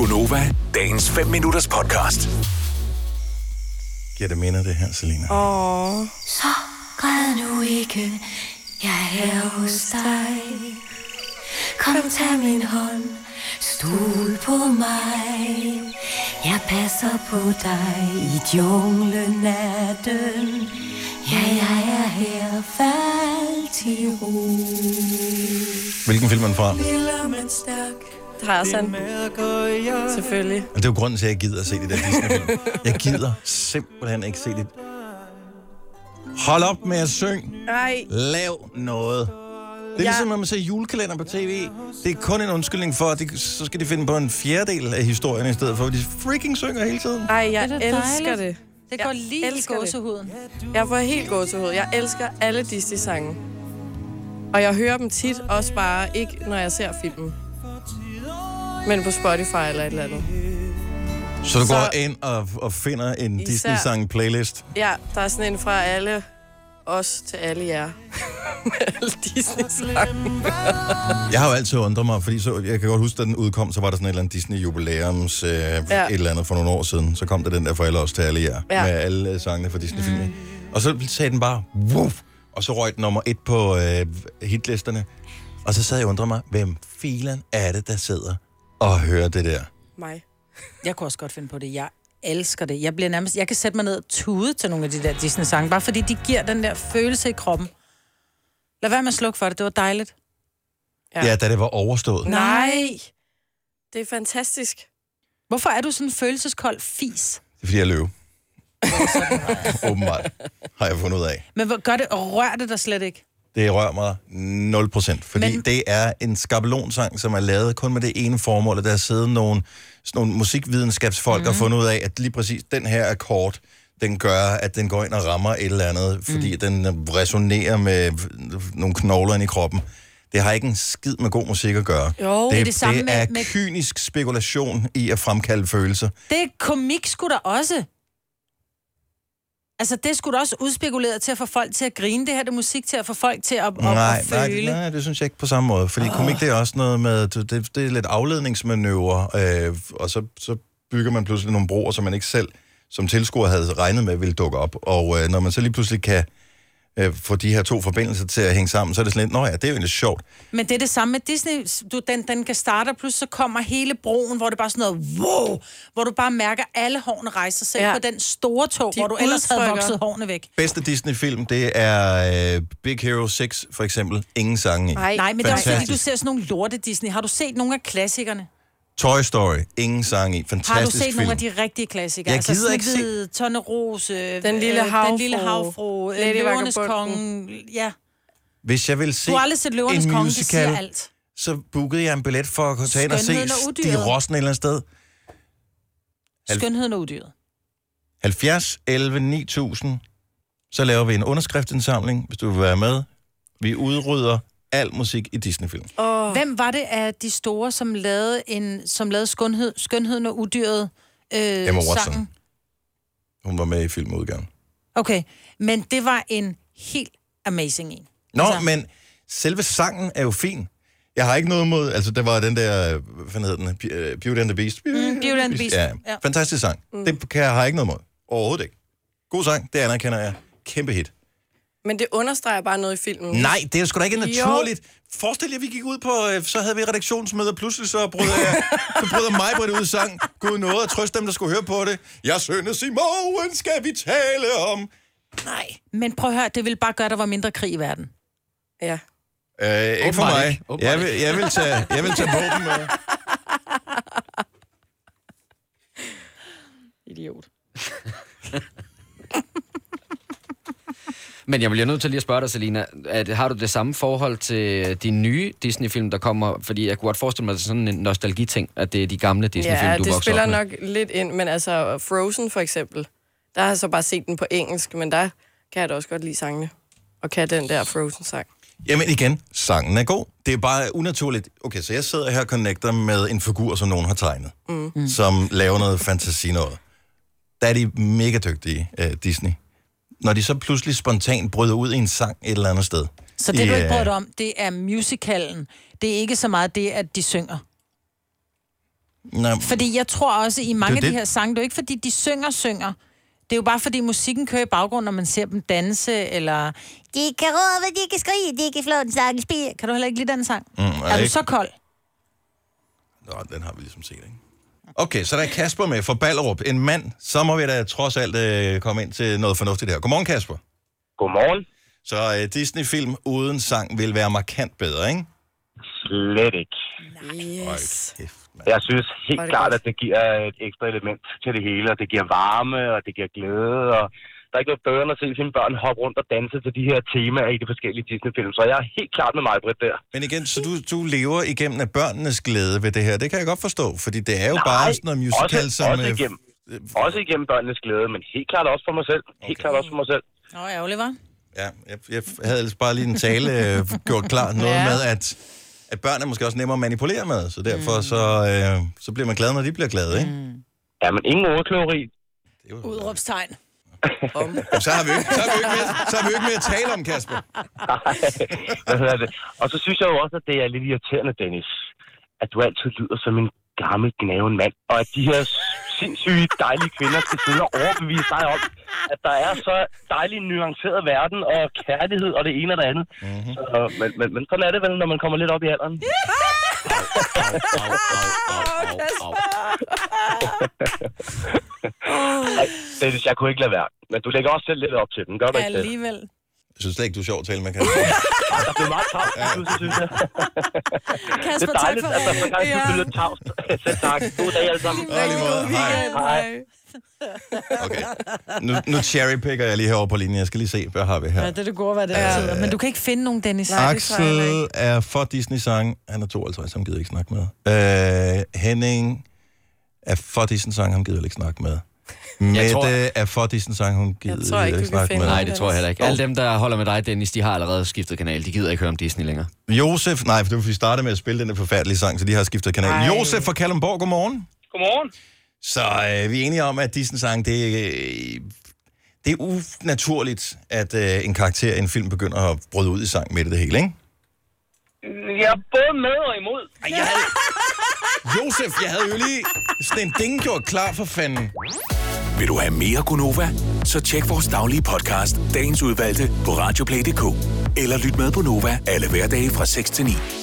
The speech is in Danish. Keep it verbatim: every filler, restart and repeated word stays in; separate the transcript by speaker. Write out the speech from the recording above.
Speaker 1: Gunova, dagens fem minutters podcast.
Speaker 2: Giver det minder det her, Selina?
Speaker 3: Åh.
Speaker 4: Så græd nu ikke, jeg er hos dig. Kom, tag min hånd, stol på mig. Jeg passer på dig i junglenatten. Ja, jeg er her, fald til ro.
Speaker 2: Hvilken film er den fra?
Speaker 3: Tarzan. Selvfølgelig.
Speaker 2: Og det er jo grunden til, at jeg gider at se det der Disney-film. Jeg gider simpelthen ikke se det. Hold op med at synge.
Speaker 3: Ej.
Speaker 2: Lav noget. Det er
Speaker 3: Ja.
Speaker 2: ligesom, når man ser julekalender på tv. Det er kun en undskyldning for, at de, så skal de finde på en fjerdedel af historien i stedet for, at de freaking synger hele tiden.
Speaker 3: Ej, jeg
Speaker 5: Det er da
Speaker 3: elsker
Speaker 5: dejligt.
Speaker 3: det.
Speaker 5: Det går
Speaker 3: Jeg
Speaker 5: lige i
Speaker 3: elsker det.
Speaker 5: gåsehuden.
Speaker 3: Jeg får helt gåsehud. Jeg elsker alle Disney-sange. Og jeg hører dem tit, også bare ikke, når jeg ser filmen. Men på Spotify eller et eller andet.
Speaker 2: Så du
Speaker 3: Så-
Speaker 2: går ind og, og finder en
Speaker 3: Især-
Speaker 2: Disney-sang-playlist.
Speaker 3: Ja, der er sådan en fra alle os til alle jer. Med alle Disney-sange.
Speaker 2: Jeg har jo altid undret mig, fordi så, jeg kan godt huske, da den udkom, så var der sådan et eller andet Disney-jubilæums, øh, ja. et eller andet for nogle år siden. Så kom der den der for alle os til alle jer,
Speaker 3: Ja.
Speaker 2: med alle øh, sangene fra Disney-filmen. Mm. Og så sagde den bare, woof, og så røg den nummer et på øh, hitlisterne. Og så sad jeg og undrede mig, hvem filen er det, der sidder og hører det der?
Speaker 3: Mig.
Speaker 5: Jeg kunne også godt finde på det. Jeg elsker det. Jeg bliver nærmest... Jeg kan sætte mig ned og tude til nogle af de der Disney-sange, bare fordi de giver den der følelse i kroppen. Lad være med at slukke for det. Det var dejligt.
Speaker 2: Ja, ja da det var overstået.
Speaker 3: Nej. Det er fantastisk.
Speaker 5: Hvorfor er du sådan en følelseskold fis?
Speaker 2: Det er fordi, jeg løb. Åbenbart har jeg fundet ud af.
Speaker 5: Men hvor gør det, og rør det der slet ikke?
Speaker 2: Det rører mig nul procent, fordi Men...
Speaker 5: Men-
Speaker 2: det er en skabelonsang, som er lavet kun med det ene formål, at der sidder nogle, sådan nogle musikvidenskabsfolk mm-hmm. og fundet ud af, at lige præcis den her akkord, den gør, at den går ind og rammer et eller andet, fordi mm. den resonerer med nogle knogler ind i kroppen. Det har ikke en skid med god musik at gøre.
Speaker 3: Jo,
Speaker 2: det,
Speaker 5: er det samme
Speaker 2: det
Speaker 5: med-
Speaker 2: er
Speaker 5: med-
Speaker 2: kynisk spekulation i at fremkalde følelser.
Speaker 5: Det er komik sgu da også. Altså, det skulle da også udspekuleret til at få folk til at grine. Det her det er musik til at få folk til at, at,
Speaker 2: Nej,
Speaker 5: at
Speaker 2: nej,
Speaker 5: føle.
Speaker 2: det, nej, det synes jeg ikke på samme måde. Fordi oh. komik, det er også noget med, det, det er lidt afledningsmanøvrer, øh, og så, så bygger man pludselig nogle broer, som man ikke selv som tilskuer havde regnet med, ville dukke op. Og øh, når man så lige pludselig kan øh, få de her to forbindelser til at hænge sammen, så er det sådan lidt, nå ja, det er jo egentlig sjovt.
Speaker 5: Men det er det samme med Disney. Du, den, den kan starte, og pludselig så kommer hele broen, hvor det bare er sådan noget, wow, hvor du bare mærker, at alle hårene rejser selv
Speaker 3: Ja.
Speaker 5: ja. på den store tog,
Speaker 3: De
Speaker 5: hvor du ellers havde
Speaker 3: udtrykker-
Speaker 5: vokset hårene væk.
Speaker 2: Bedste Disney-film, det er øh, Big Hero seks, for eksempel. Ingen sange i.
Speaker 3: Nej.
Speaker 5: Nej, men det er også fordi,
Speaker 2: Fantastisk.
Speaker 5: du ser sådan nogle lorte Disney. Har du set nogle af klassikerne?
Speaker 2: Toy Story, ingen sang i. Fantastisk
Speaker 5: Har du set
Speaker 2: film.
Speaker 5: nogle af de rigtige klassikere?
Speaker 2: Jeg gider ikke se-
Speaker 5: Snehvide, Tornerose,
Speaker 3: Den lille
Speaker 5: øh,
Speaker 3: havfru,
Speaker 5: Den lille havfru, øh,
Speaker 3: Lady
Speaker 5: Løvernes
Speaker 3: Vagabunden.
Speaker 5: konge. Ja.
Speaker 2: Hvis jeg vil se
Speaker 5: Du har aldrig set Løvernes
Speaker 2: en
Speaker 5: konge, det
Speaker 2: musical,
Speaker 5: siger alt.
Speaker 2: så bookede jeg en billet for at tage ind og se
Speaker 5: Skønheden og
Speaker 2: Stig
Speaker 5: udyret.
Speaker 2: Rossen et eller andet sted. Halv-
Speaker 5: Skønheden og udyret.
Speaker 2: halvfjerds elleve ni tusind. Så laver vi en underskriftsindsamling, hvis du vil være med. Vi udrydder al musik i Disney-film.
Speaker 3: Åh.
Speaker 5: Hvem var det af de store, som lavede, en, som lavede skønhed, Skønheden og udyret øh,
Speaker 2: Emma Watson.
Speaker 5: sangen?
Speaker 2: Hun var med i filmudgaven.
Speaker 5: Okay, men det var en helt amazing en.
Speaker 2: Nå,
Speaker 5: Altså-
Speaker 2: men selve sangen er jo fin. Jeg har ikke noget imod, altså der var den der, hvad hedder den, Be- Beauty and the Beast.
Speaker 5: Mm, Beauty and the Beast,
Speaker 2: Ja,
Speaker 5: ja.
Speaker 2: fantastisk sang. Mm. Det kan jeg, har jeg ikke noget imod. Overhovedet ikke. God sang, det anerkender jeg. Kæmpe hit.
Speaker 3: Men det understreger bare noget i filmen.
Speaker 2: Nej, det er sgu da ikke
Speaker 3: Jo.
Speaker 2: naturligt. Forestil jer, at vi gik ud på, øh, så havde vi redaktionsmøde, og pludselig så brød jeg, så brød jeg mig på det ud sang. Gud nåede at trøste dem, der skulle høre på det. Jeg synes i morgen skal vi tale om. Nej.
Speaker 5: Men prøv at høre, det ville bare gøre, at der var mindre krig i verden.
Speaker 3: Ja.
Speaker 2: Øh, ikke for
Speaker 6: Åbenbart
Speaker 2: mig.
Speaker 6: ikke. Åbenbart
Speaker 2: Jeg vil, jeg vil tage, jeg vil tage våben med.
Speaker 5: Idiot.
Speaker 6: Men jeg bliver nødt til lige at spørge dig, Selina, at, har du det samme forhold til de nye Disney-film, der kommer? Fordi jeg kunne godt forestille mig, at det er sådan en nostalgiting, at det er de gamle Disney-film,
Speaker 3: Ja,
Speaker 6: du
Speaker 3: det
Speaker 6: vokser
Speaker 3: spiller
Speaker 6: op med.
Speaker 3: nok lidt ind, men altså Frozen for eksempel, der har jeg så bare set den på engelsk, men der kan jeg da også godt lide sangene. Og kan den der Frozen-sang.
Speaker 2: Jamen igen, sangen er god. Det er bare unaturligt. Okay, så jeg sidder her og connecter med en figur, som nogen har tegnet. Mm. Som laver noget fantasi noget. Der er de mega dygtige, uh, Disney. Når de så pludselig spontant bryder ud i en sang et eller andet sted.
Speaker 5: Så det, du
Speaker 2: I,
Speaker 5: ikke
Speaker 2: øh,
Speaker 5: prøver om, det er musicalen. Det er ikke så meget det, at de synger.
Speaker 2: Nå,
Speaker 5: Fordi jeg tror også, i mange
Speaker 2: Det er
Speaker 5: af de
Speaker 2: det.
Speaker 5: her sange, det er jo ikke fordi, de synger, synger. Det er jo bare fordi, musikken kører i baggrunden, når man ser dem danse, eller... De kan råbe, de kan skrige, de kan flå den sang spil. Kan du heller ikke lide den sang?
Speaker 2: Mm,
Speaker 5: er du
Speaker 2: ikke?
Speaker 5: så kold?
Speaker 2: Nå, den har vi ligesom set, ikke? Okay, så der er Kasper med fra Ballerup. En mand, så må vi da trods alt øh, komme ind til noget fornuftigt her. Godmorgen, Kasper.
Speaker 7: Godmorgen.
Speaker 2: Så øh, Disney-film uden sang vil være markant bedre, ikke?
Speaker 7: Slet ikke.
Speaker 3: Yes.
Speaker 2: Kæft, mand.
Speaker 7: Jeg synes helt
Speaker 3: Var det
Speaker 7: klart,
Speaker 3: godt?
Speaker 7: at det giver et ekstra element til det hele, og det giver varme, og det giver glæde, og der er ikke noget bedre end at se sine børn hoppe rundt og danse til de her temaer i de forskellige Disney-film. Så jeg er helt klart med mig, Britt, der.
Speaker 2: Men igen, så du, du lever igennem af børnenes glæde ved det her. Det kan jeg godt forstå, fordi det er jo
Speaker 7: Nej,
Speaker 2: bare sådan noget musical,
Speaker 7: også,
Speaker 2: som...
Speaker 7: Også
Speaker 2: øh,
Speaker 7: igennem, også igennem børnenes glæde, men helt klart også for mig selv. Helt
Speaker 2: Okay.
Speaker 7: klart også for mig selv.
Speaker 5: Nå, ærgerligt, hva'?
Speaker 2: Ja, jeg, jeg havde ellers bare lige en tale øh, gjort klar. Noget
Speaker 3: Ja.
Speaker 2: med, at, at børn er måske også nemmere at manipulere med, så derfor mm. så, øh, så bliver man glad, når de bliver glade, ikke? Mm.
Speaker 7: Ja, men ingen ordkløveri.
Speaker 5: Udråbstegn.
Speaker 2: Så har vi jo ikke, så har vi jo ikke, mere, så har vi jo ikke mere at tale om, Kasper.
Speaker 7: Hvad hedder det? Og så synes jeg jo også, at det er lidt irriterende, Dennis, at du altid lyder som en gammel gnaven mand, og at de her sindssyge dejlige kvinder skal sidde og overbevise dig om, at der er så dejlig nuanceret verden og kærlighed og det ene og det andet. Mm-hmm. Så, men, men, men sådan er det vel, når man kommer lidt op i alderen. Ej, Dennis, jeg kunne ikke lade være. Men du lægger også selv lidt op til den, gør du ikke det?
Speaker 5: Alligevel.
Speaker 2: Jeg synes slet ikke, du er sjov at tale med, Kasper.
Speaker 7: Ej, der blev meget tavst, ja. synes jeg. Det
Speaker 5: Kasper,
Speaker 7: er
Speaker 5: tak
Speaker 7: dejligt,
Speaker 5: for...
Speaker 7: at der så gang ja. lidt tavst. Selv tak. God dag alle sammen.
Speaker 2: Og lige måde. Hej.
Speaker 7: Hej.
Speaker 2: Okay. Nu, nu cherrypicker jeg lige herovre på linjen. Jeg skal lige se, hvad har vi her.
Speaker 5: Ja, det er det gode, hvad det er. Men du kan ikke finde nogen, Dennis.
Speaker 3: Nej, det tror jeg heller
Speaker 2: Axel er for Disney-sang. Han er tooghalvtreds, ham gider ikke snakke med. Øh, Henning er for Disney-sang, ham gider ikke snakke med. Mette
Speaker 6: tror-
Speaker 2: er for Disney-sang, hun gider
Speaker 3: Jeg tror ikke,
Speaker 2: ikke
Speaker 3: du kan
Speaker 2: snakke
Speaker 3: finde
Speaker 2: med.
Speaker 6: Nej, det tror jeg heller ikke. Alle dem, der holder med dig, Dennis, de har allerede skiftet kanal. De gider ikke høre om Disney længere.
Speaker 2: Josef, nej, for det var, vi startede med at spille den der forfærdelige sang, så de har skiftet kanal.
Speaker 3: Ej.
Speaker 2: Josef fra Kalundborg, godmorgen.
Speaker 7: Godmorgen.
Speaker 2: Så øh, vi er enige om, at Disney-sang, det, øh, det er unaturligt, at øh, en karakter i en film begynder at bryde ud i sang midt i det hele, ikke?
Speaker 7: Jeg er både med og imod.
Speaker 2: Ej, jeg havde... Josef, jeg havde jo lige sådan en ding gjort klar for fanden.
Speaker 1: Vil du have mere Gunova? Så tjek vores daglige podcast, dagens udvalgte, på radioplay punktum d k. Eller lyt med på Nova alle hverdage fra seks til ni.